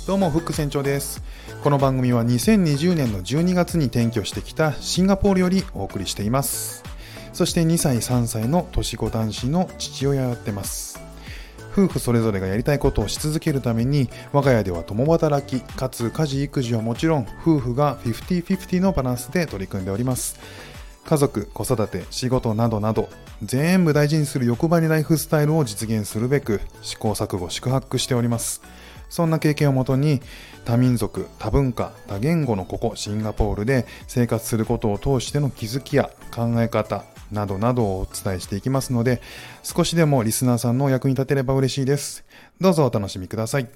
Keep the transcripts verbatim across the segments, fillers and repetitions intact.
どうもフック船長です。この番組はにせんにじゅうねんのじゅうにがつに転居してきたシンガポールよりお送りしています。そしてにさいさんさいの年子男子の父親をやってます。夫婦それぞれがやりたいことをし続けるために、我が家では共働きかつ家事育児はもちろん、夫婦がフィフティフィフティのバランスで取り組んでおります。家族、子育て、仕事などなど全部大事にする欲張りライフスタイルを実現するべく試行錯誤宿泊しております。そんな経験をもとに、多民族、多文化、多言語のここシンガポールで生活することを通しての気づきや考え方などなどをお伝えしていきますので、少しでもリスナーさんのお役に立てれば嬉しいです。どうぞお楽しみください。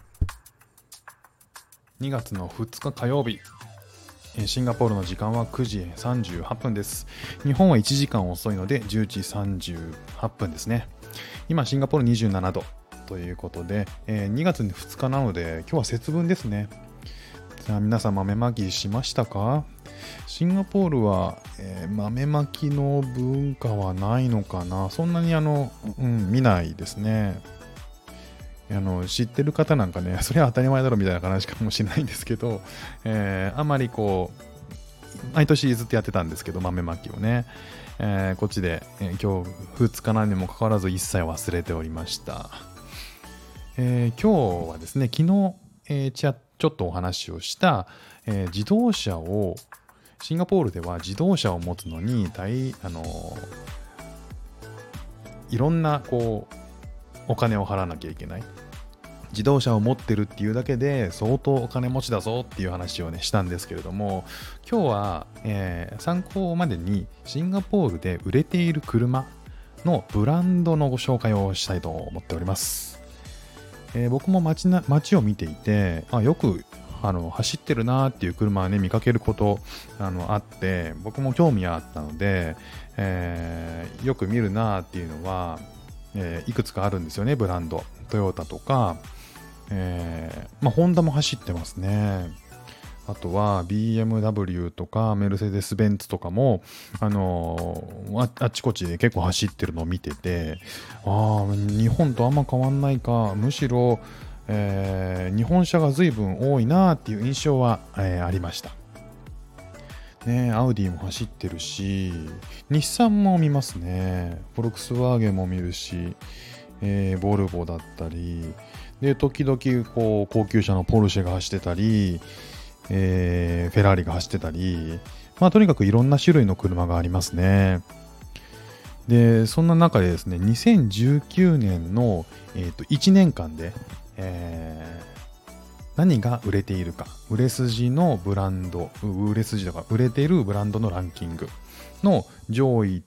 にがつのふつか火曜日、シンガポールの時間はくじさんじゅうはっぷんです。日本はいちじかん遅いのでじゅうじさんじゅうはっぷんですね。今シンガポールにじゅうななどということで、えー、にがつふつかなので今日は節分ですね。さあ皆さん豆まきしましたか？シンガポールは、えー、豆まきの文化はないのかな。そんなにあの、うん、見ないですね。あの知ってる方なんかね、それは当たり前だろみたいな話かもしれないんですけど、えー、あまりこう毎年ずっとやってたんですけど、豆まきをね、えー、こっちで、えー、今日ふつかなにもかかわらず一切忘れておりました。えー、今日はですね、昨日、えー、ち, ゃちょっとお話をした、えー、自動車をシンガポールでは自動車を持つのに大あのいろんなこうお金を払わなきゃいけない。自動車を持ってるっていうだけで相当お金持ちだぞっていう話をねしたんですけれども、今日は、えー、参考までにシンガポールで売れている車のブランドのご紹介をしたいと思っております。えー、僕も 街, な街を見ていて、あよくあの走ってるなっていう車をね見かけることあのあって、僕も興味あったので、えー、よく見るなっていうのは、えー、いくつかあるんですよね。ブランドトヨタとか、えーまあ、ホンダも走ってますね。あとは ビーエムダブリュー とかメルセデスベンツとかも、あのー、あ, あっちこっちで結構走ってるのを見てて、ああ日本とあんま変わんないか、むしろ、えー、日本車が随分多いなっていう印象は、えー、ありました。ね、アウディも走ってるし、日産も見ますね。フォルクスワーゲンも見るし、えー、ボルボだったりで、時々こう高級車のポルシェが走ってたり、えー、フェラーリが走ってたり、まあとにかくいろんな種類の車がありますね。でそんな中でですね、にせんじゅうきゅうねんの、えー、といちねんかんで、えー、何が売れているか、売れ筋のブランド、売れ筋だから売れているブランドのランキングの上位、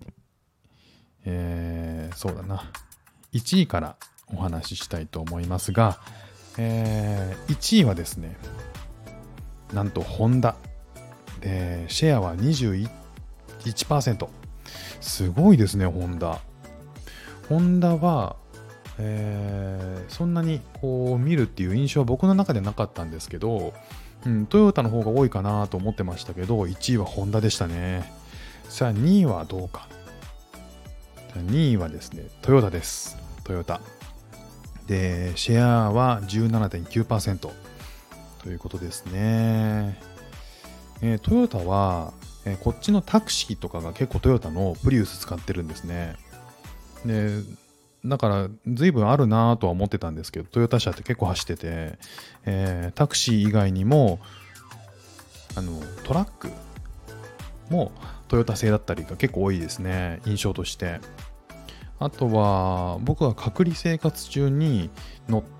えー、そうだないちいからお話ししたいと思いますが、えー、いちいはですね、なんとホンダでシェアは にじゅういちパーセント。 すごいですね。ホンダホンダは、えー、そんなにこう見るっていう印象は僕の中でなかったんですけど、うん、トヨタの方が多いかなと思ってましたけど、いちいはホンダでしたね。さあにいはどうか。にいはですね、トヨタです。トヨタでシェアは じゅうななてんきゅうパーセント ということですね。えー、トヨタは、えー、こっちのタクシーとかが結構トヨタのプリウス使ってるんですね。でだから随分あるなとは思ってたんですけど、トヨタ車って結構走ってて、えー、タクシー以外にもあのトラックもトヨタ製だったりが結構多いですね、印象として。あとは僕が隔離生活中に乗った、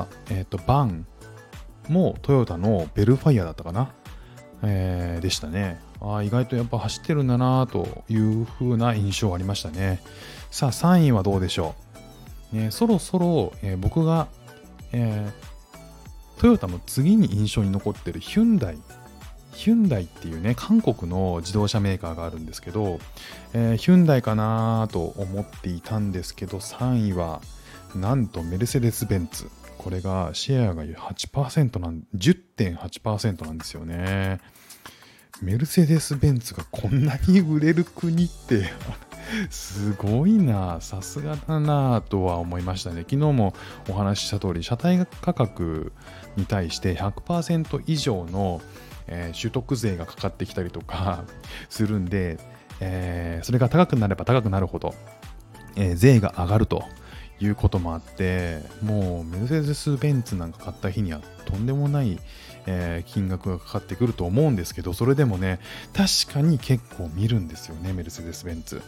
えーと、バンもトヨタのベルファイアだったかな、えー、でしたね。あ意外とやっぱ走ってるんだなという風な印象ありましたね。さあさんいはどうでしょう、ね、そろそろ、えー、僕が、えー、トヨタの次に印象に残ってるヒュンダイヒュンダイっていうね、韓国の自動車メーカーがあるんですけど、えー、ヒュンダイかなと思っていたんですけど、さんいはなんとメルセデスベンツ。これがシェアが はちパーセント なん じゅってんはちパーセント なんですよね。メルセデスベンツがこんなに売れる国ってすごいな、さすがだなとは思いましたね。昨日もお話しした通り、車体価格に対して ひゃくパーセント 以上の、えー、取得税がかかってきたりとかするんで、えー、それが高くなれば高くなるほど、えー、税が上がるということもあって、もうメルセデス・ベンツなんか買った日にはとんでもない、えー、金額がかかってくると思うんですけど、それでもね、確かに結構見るんですよね、メルセデス・ベンツ。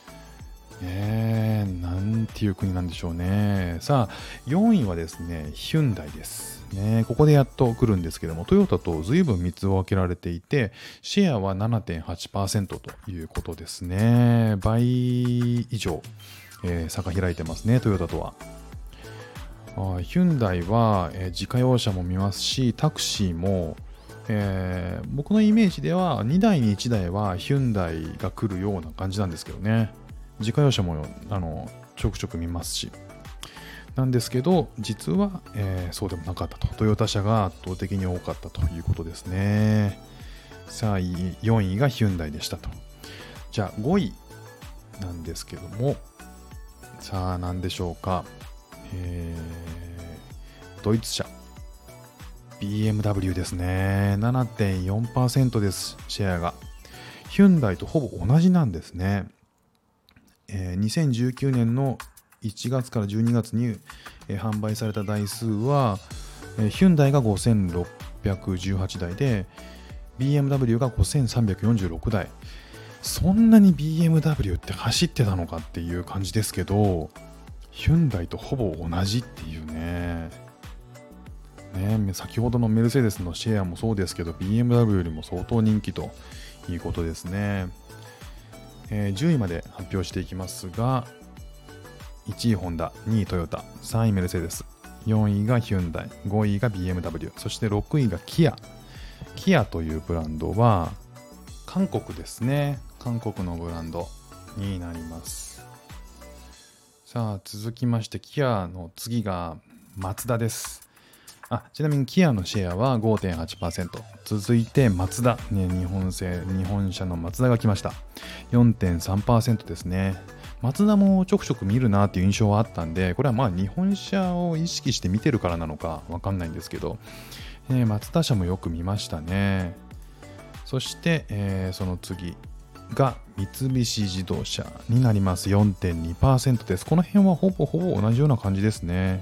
ねえ、なんていう国なんでしょうね。さあ、よんいはですね、ヒュンダイです。ね、ここでやっと来るんですけども、トヨタと随分みっつ分けられていて、シェアは ななてんはちパーセント ということですね。倍以上、えー、差が開いてますね、トヨタとは。あヒュンダイは、えー自家用車も見ますし、タクシーも、えー僕のイメージではにだいにいちだいはヒュンダイが来るような感じなんですけどね。自家用車もあのちょくちょく見ますし。なんですけど、実は、えーそうでもなかったと。トヨタ車が圧倒的に多かったということですね。さあ、よんいがヒュンダイでしたと。じゃあ、ごいなんですけども、さあ、何でしょうか。えードイツ車。ビーエムダブリュー ですね。ななてんよんパーセント です、シェアが。ヒュンダイとほぼ同じなんですね。えーにせんじゅうきゅうねんのいちがつからじゅうにがつに、えー販売された台数は、えーヒュンダイがごせんろっぴゃくじゅうはちだいで ビーエムダブリュー がごせんさんびゃくよんじゅうろくだい。そんなに ビーエムダブリュー って走ってたのかっていう感じですけど、ヒュンダイとほぼ同じっていうね。ね、先ほどのメルセデスのシェアもそうですけど ビーエムダブリュー よりも相当人気ということですね。えーじゅういまで発表していきますが、いちいホンダ、にいトヨタ、さんいメルセデス、よんいがヒュンダイ、ごいが ビーエムダブリュー、そしてろくいがキア。キアというブランドは韓国ですね。韓国のブランドになります。さあ、続きましてキアの次がマツダです。あちなみにキアのシェアは ごてんはちパーセント。続いてマツダ、ね、日本製日本車のマツダが来ました。 よんてんさんパーセント ですね。マツダもちょくちょく見るなっていう印象はあったんで、これはまあ日本車を意識して見てるからなのかわかんないんですけど、えー、マツダ車もよく見ましたね。そして、えーその次が三菱自動車になります。 よんてんにパーセント です。この辺はほぼほぼ同じような感じですね。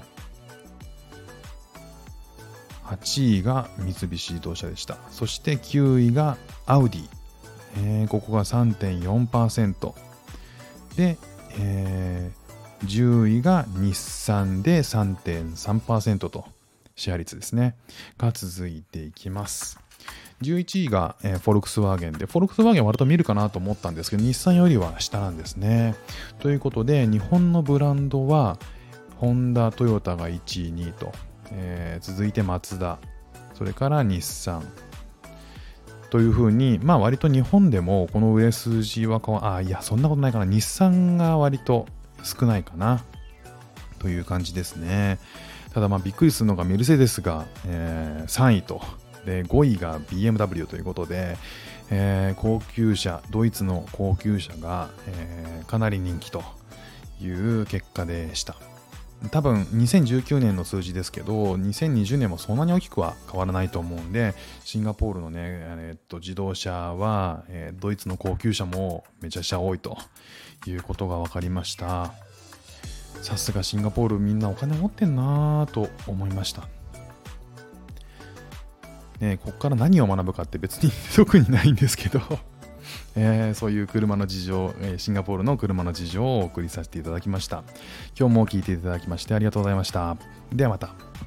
はちいが三菱自動車でした。そしてきゅういがアウディ、えーここが さんてんよんパーセント で、えーじゅういが日産で さんてんさんパーセント とシェア率ですねが続いていきます。じゅういちいが、えーフォルクスワーゲンで、フォルクスワーゲン割と見るかなと思ったんですけど、日産よりは下なんですね。ということで、日本のブランドはホンダ、トヨタがいちい、にいと、えー続いてマツダ、それから日産というふうに、まあ割と日本でもこの売れ筋は変わ、あ、いや、そんなことないかな。日産が割と少ないかなという感じですね。ただまあびっくりするのがメルセデスが、えーさんいと、でごいが ビーエムダブリュー ということで、えー高級車、ドイツの高級車が、えーかなり人気という結果でした。多分にせんじゅうきゅうねんの数字ですけど、にせんにじゅうねんもそんなに大きくは変わらないと思うんで、シンガポールのね、えーっと自動車は、えードイツの高級車もめちゃくちゃ多いということが分かりました。さすがシンガポール、みんなお金持ってんなぁと思いました。ね、ここから何を学ぶかって別に特にないんですけど、えーそういう車の事情、えーシンガポールの車の事情をお送りさせていただきました。今日も聞いていただきましてありがとうございました。ではまた。